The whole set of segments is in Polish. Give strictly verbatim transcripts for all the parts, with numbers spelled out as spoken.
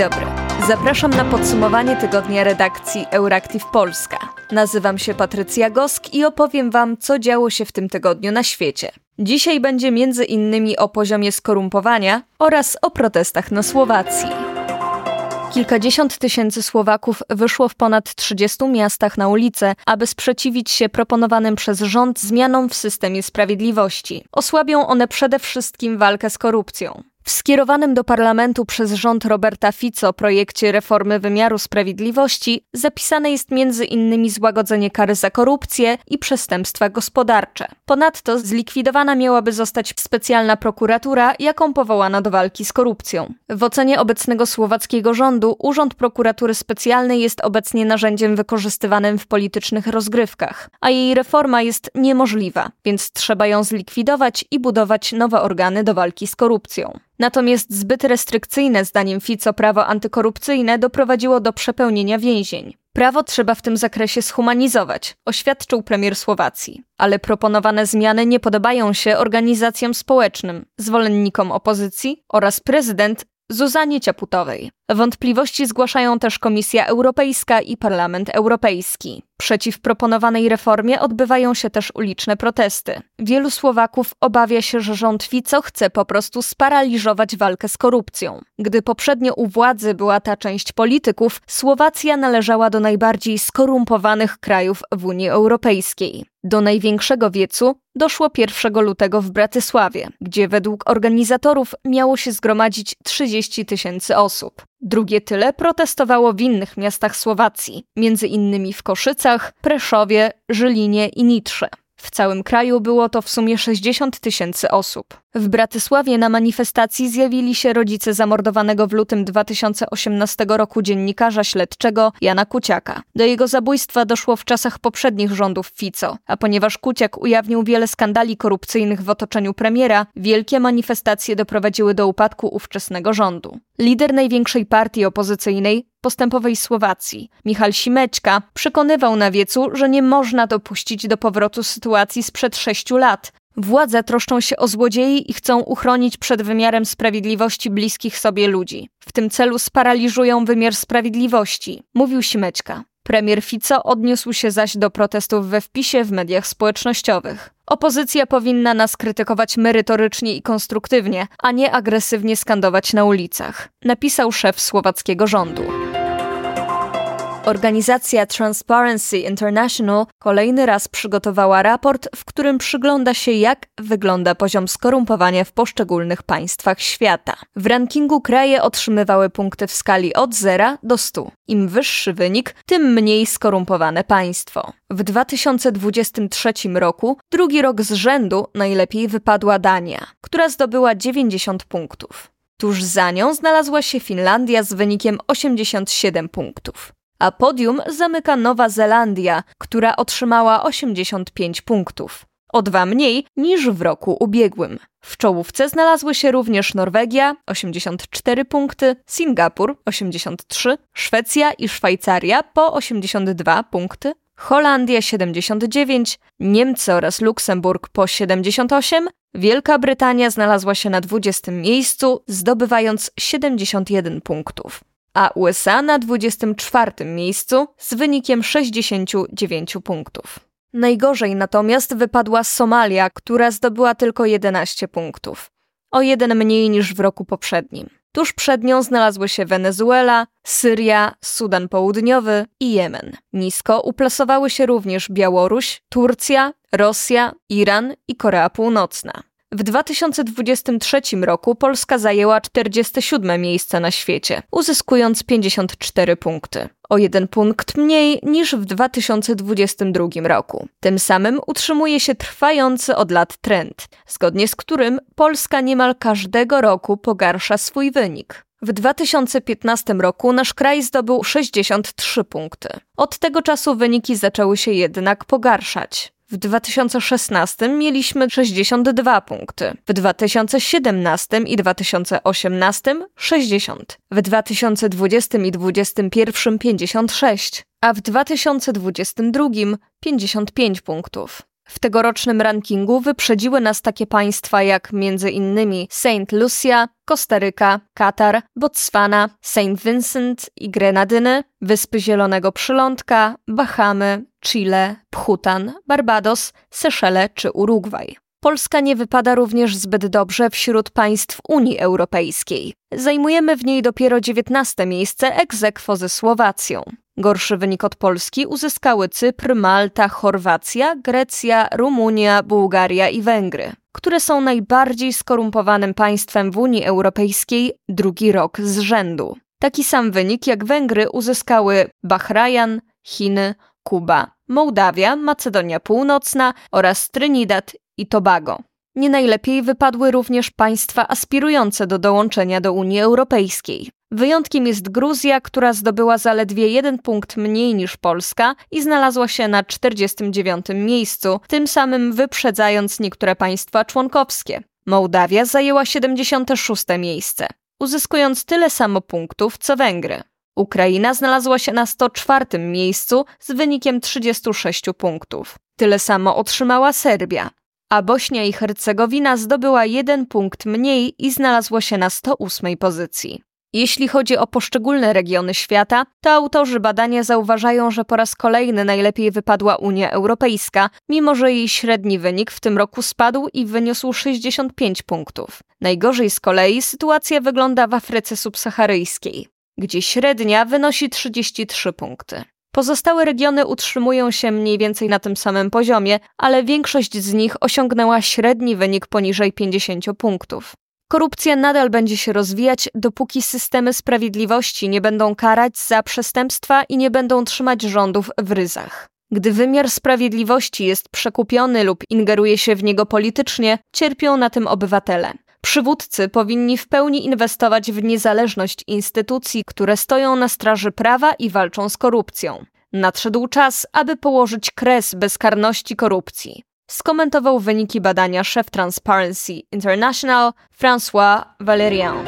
dobry. Zapraszam na podsumowanie tygodnia redakcji Euractiv Polska. Nazywam się Patrycja Gosk i opowiem Wam, co działo się w tym tygodniu na świecie. Dzisiaj będzie między innymi o poziomie skorumpowania oraz o protestach na Słowacji. Kilkadziesiąt tysięcy Słowaków wyszło w ponad trzydziestu miastach na ulice, aby sprzeciwić się proponowanym przez rząd zmianom w systemie sprawiedliwości. Osłabią one przede wszystkim walkę z korupcją. W skierowanym do parlamentu przez rząd Roberta Fico projekcie reformy wymiaru sprawiedliwości zapisane jest między innymi złagodzenie kary za korupcję i przestępstwa gospodarcze. Ponadto zlikwidowana miałaby zostać specjalna prokuratura, jaką powołano do walki z korupcją. W ocenie obecnego słowackiego rządu Urząd Prokuratury Specjalnej jest obecnie narzędziem wykorzystywanym w politycznych rozgrywkach, a jej reforma jest niemożliwa, więc trzeba ją zlikwidować i budować nowe organy do walki z korupcją. Natomiast zbyt restrykcyjne, zdaniem Fico, prawo antykorupcyjne doprowadziło do przepełnienia więzień. Prawo trzeba w tym zakresie schumanizować, oświadczył premier Słowacji. Ale proponowane zmiany nie podobają się organizacjom społecznym, zwolennikom opozycji oraz prezydent Zuzanie Čaputovej. Wątpliwości zgłaszają też Komisja Europejska i Parlament Europejski. Przeciw proponowanej reformie odbywają się też uliczne protesty. Wielu Słowaków obawia się, że rząd Fico chce po prostu sparaliżować walkę z korupcją. Gdy poprzednio u władzy była ta część polityków, Słowacja należała do najbardziej skorumpowanych krajów w Unii Europejskiej. Do największego wiecu doszło pierwszego lutego w Bratysławie, gdzie według organizatorów miało się zgromadzić trzydzieści tysięcy osób. Drugie tyle protestowało w innych miastach Słowacji, między innymi w Koszycach, Preszowie, Żylinie i Nitrze. W całym kraju było to w sumie sześćdziesiąt tysięcy osób. W Bratysławie na manifestacji zjawili się rodzice zamordowanego w lutym dwa tysiące osiemnastego roku dziennikarza śledczego Jana Kuciaka. Do jego zabójstwa doszło w czasach poprzednich rządów Fico, a ponieważ Kuciak ujawnił wiele skandali korupcyjnych w otoczeniu premiera, wielkie manifestacje doprowadziły do upadku ówczesnego rządu. Lider największej partii opozycyjnej, Postępowej Słowacji, Michal Šimećka, przekonywał na wiecu, że nie można dopuścić do powrotu sytuacji sprzed sześciu lat. Władze troszczą się o złodziei i chcą uchronić przed wymiarem sprawiedliwości bliskich sobie ludzi. W tym celu sparaliżują wymiar sprawiedliwości, mówił Šimećka. Premier Fico odniósł się zaś do protestów we wpisie w mediach społecznościowych. Opozycja powinna nas krytykować merytorycznie i konstruktywnie, a nie agresywnie skandować na ulicach, napisał szef słowackiego rządu. Organizacja Transparency International kolejny raz przygotowała raport, w którym przygląda się, jak wygląda poziom skorumpowania w poszczególnych państwach świata. W rankingu kraje otrzymywały punkty w skali od zera do stu. Im wyższy wynik, tym mniej skorumpowane państwo. W dwa tysiące dwudziestym trzecim roku, drugi rok z rzędu, najlepiej wypadła Dania, która zdobyła dziewięćdziesiąt punktów. Tuż za nią znalazła się Finlandia z wynikiem osiemdziesiąt siedem punktów. A podium zamyka Nowa Zelandia, która otrzymała osiemdziesiąt pięć punktów. O dwa mniej niż w roku ubiegłym. W czołówce znalazły się również Norwegia – osiemdziesiąt cztery punkty, Singapur – osiemdziesiąt trzy, Szwecja i Szwajcaria po osiemdziesiąt dwa punkty, Holandia – siedemdziesiąt dziewięć, Niemcy oraz Luksemburg po siedemdziesiąt osiem, Wielka Brytania znalazła się na dwudziestym miejscu, zdobywając siedemdziesiąt jeden punktów. A U S A na dwudziestym czwartym miejscu z wynikiem sześćdziesiąt dziewięć punktów. Najgorzej natomiast wypadła Somalia, która zdobyła tylko jedenaście punktów. O jeden mniej niż w roku poprzednim. Tuż przed nią znalazły się Wenezuela, Syria, Sudan Południowy i Jemen. Nisko uplasowały się również Białoruś, Turcja, Rosja, Iran i Korea Północna. W dwa tysiące dwudziestym trzecim roku Polska zajęła czterdzieste siódme miejsce na świecie, uzyskując pięćdziesiąt cztery punkty. O jeden punkt mniej niż w dwa tysiące dwudziestym drugim roku. Tym samym utrzymuje się trwający od lat trend, zgodnie z którym Polska niemal każdego roku pogarsza swój wynik. W dwa tysiące piętnastym roku nasz kraj zdobył sześćdziesiąt trzy punkty. Od tego czasu wyniki zaczęły się jednak pogarszać. W dwa tysiące szesnastym mieliśmy sześćdziesiąt dwa punkty, w dwa tysiące siedemnastym i dwa tysiące osiemnastym sześćdziesiąt, w dwa tysiące dwudziestym i dwudziestym pierwszym pięćdziesiąt sześć, a w dwa tysiące dwudziestym drugim pięćdziesiąt pięć punktów. W tegorocznym rankingu wyprzedziły nas takie państwa jak między innymi Saint Lucia, Kostaryka, Katar, Botswana, Saint Vincent i Grenadyny, Wyspy Zielonego Przylądka, Bahamy, Chile, Bhutan, Barbados, Seszele czy Urugwaj. Polska nie wypada również zbyt dobrze wśród państw Unii Europejskiej. Zajmujemy w niej dopiero dziewiętnaste miejsce ex aequo ze Słowacją. Gorszy wynik od Polski uzyskały Cypr, Malta, Chorwacja, Grecja, Rumunia, Bułgaria i Węgry, które są najbardziej skorumpowanym państwem w Unii Europejskiej drugi rok z rzędu. Taki sam wynik jak Węgry uzyskały Bahrajn, Chiny, Kuba, Mołdawia, Macedonia Północna oraz Trinidad i Tobago. Nie najlepiej wypadły również państwa aspirujące do dołączenia do Unii Europejskiej. Wyjątkiem jest Gruzja, która zdobyła zaledwie jeden punkt mniej niż Polska i znalazła się na czterdziestym dziewiątym miejscu, tym samym wyprzedzając niektóre państwa członkowskie. Mołdawia zajęła siedemdziesiąte szóste miejsce, uzyskując tyle samo punktów co Węgry. Ukraina znalazła się na sto czwartym miejscu z wynikiem trzydziestu sześciu punktów. Tyle samo otrzymała Serbia. A Bośnia i Hercegowina zdobyła jeden punkt mniej i znalazła się na sto ósmej pozycji. Jeśli chodzi o poszczególne regiony świata, to autorzy badania zauważają, że po raz kolejny najlepiej wypadła Unia Europejska, mimo że jej średni wynik w tym roku spadł i wyniósł sześćdziesiąt pięć punktów. Najgorzej z kolei sytuacja wygląda w Afryce subsaharyjskiej, gdzie średnia wynosi trzydzieści trzy punkty. Pozostałe regiony utrzymują się mniej więcej na tym samym poziomie, ale większość z nich osiągnęła średni wynik poniżej pięćdziesięciu punktów. Korupcja nadal będzie się rozwijać, dopóki systemy sprawiedliwości nie będą karać za przestępstwa i nie będą trzymać rządów w ryzach. Gdy wymiar sprawiedliwości jest przekupiony lub ingeruje się w niego politycznie, cierpią na tym obywatele. Przywódcy powinni w pełni inwestować w niezależność instytucji, które stoją na straży prawa i walczą z korupcją. Nadszedł czas, aby położyć kres bezkarności korupcji. Skomentował wyniki badania szef Transparency International François Valerian.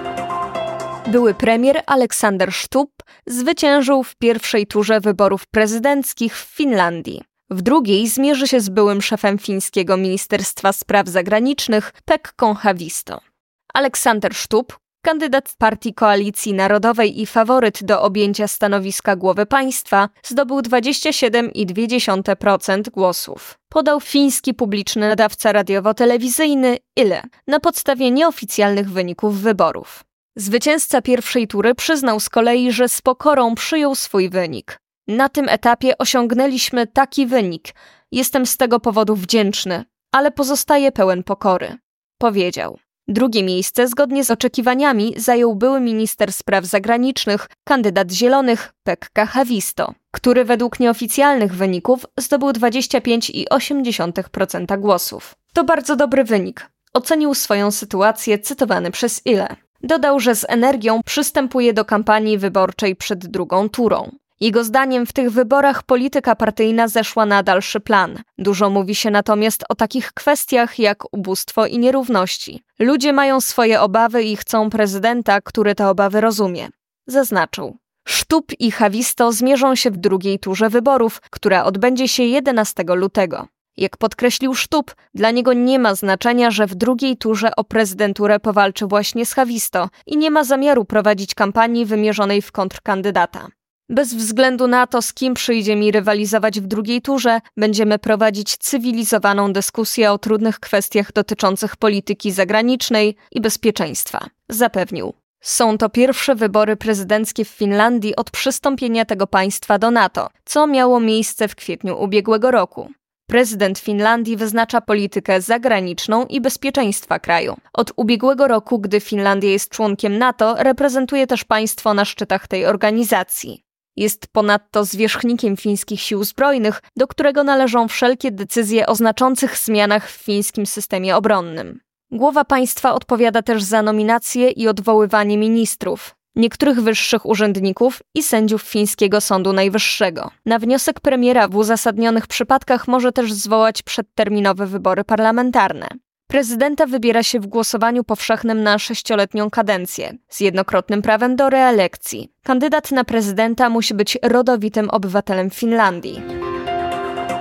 Były premier Aleksander Stubb zwyciężył w pierwszej turze wyborów prezydenckich w Finlandii. W drugiej zmierzy się z byłym szefem fińskiego Ministerstwa Spraw Zagranicznych Pekką Haavisto. Aleksander Stubb, kandydat Partii Koalicji Narodowej i faworyt do objęcia stanowiska głowy państwa, zdobył dwadzieścia siedem przecinek dwa procent głosów. Podał fiński publiczny nadawca radiowo-telewizyjny Yle na podstawie nieoficjalnych wyników wyborów. Zwycięzca pierwszej tury przyznał z kolei, że z pokorą przyjął swój wynik. Na tym etapie osiągnęliśmy taki wynik. Jestem z tego powodu wdzięczny, ale pozostaję pełen pokory, powiedział. Drugie miejsce, zgodnie z oczekiwaniami, zajął były minister spraw zagranicznych, kandydat Zielonych Pekka Haavisto, który według nieoficjalnych wyników zdobył dwadzieścia pięć przecinek osiem procent głosów. To bardzo dobry wynik, ocenił swoją sytuację cytowany przez Yle. Dodał, że z energią przystępuje do kampanii wyborczej przed drugą turą. Jego zdaniem w tych wyborach polityka partyjna zeszła na dalszy plan. Dużo mówi się natomiast o takich kwestiach jak ubóstwo i nierówności. Ludzie mają swoje obawy i chcą prezydenta, który te obawy rozumie. Zaznaczył. Stubb i Haavisto zmierzą się w drugiej turze wyborów, która odbędzie się jedenastego lutego. Jak podkreślił Stubb, dla niego nie ma znaczenia, że w drugiej turze o prezydenturę powalczy właśnie z Haavisto i nie ma zamiaru prowadzić kampanii wymierzonej w kontrkandydata. Bez względu na to, z kim przyjdzie mi rywalizować w drugiej turze, będziemy prowadzić cywilizowaną dyskusję o trudnych kwestiach dotyczących polityki zagranicznej i bezpieczeństwa, zapewnił. Są to pierwsze wybory prezydenckie w Finlandii od przystąpienia tego państwa do NATO, co miało miejsce w kwietniu ubiegłego roku. Prezydent Finlandii wyznacza politykę zagraniczną i bezpieczeństwa kraju. Od ubiegłego roku, gdy Finlandia jest członkiem NATO, reprezentuje też państwo na szczytach tej organizacji. Jest ponadto zwierzchnikiem fińskich sił zbrojnych, do którego należą wszelkie decyzje o znaczących zmianach w fińskim systemie obronnym. Głowa państwa odpowiada też za nominacje i odwoływanie ministrów, niektórych wyższych urzędników i sędziów fińskiego Sądu Najwyższego. Na wniosek premiera w uzasadnionych przypadkach może też zwołać przedterminowe wybory parlamentarne. Prezydenta wybiera się w głosowaniu powszechnym na sześcioletnią kadencję, z jednokrotnym prawem do reelekcji. Kandydat na prezydenta musi być rodowitym obywatelem Finlandii.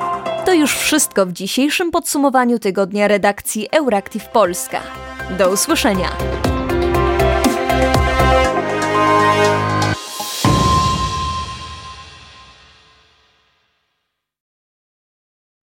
To już wszystko w dzisiejszym podsumowaniu tygodnia redakcji Euractiv Polska. Do usłyszenia!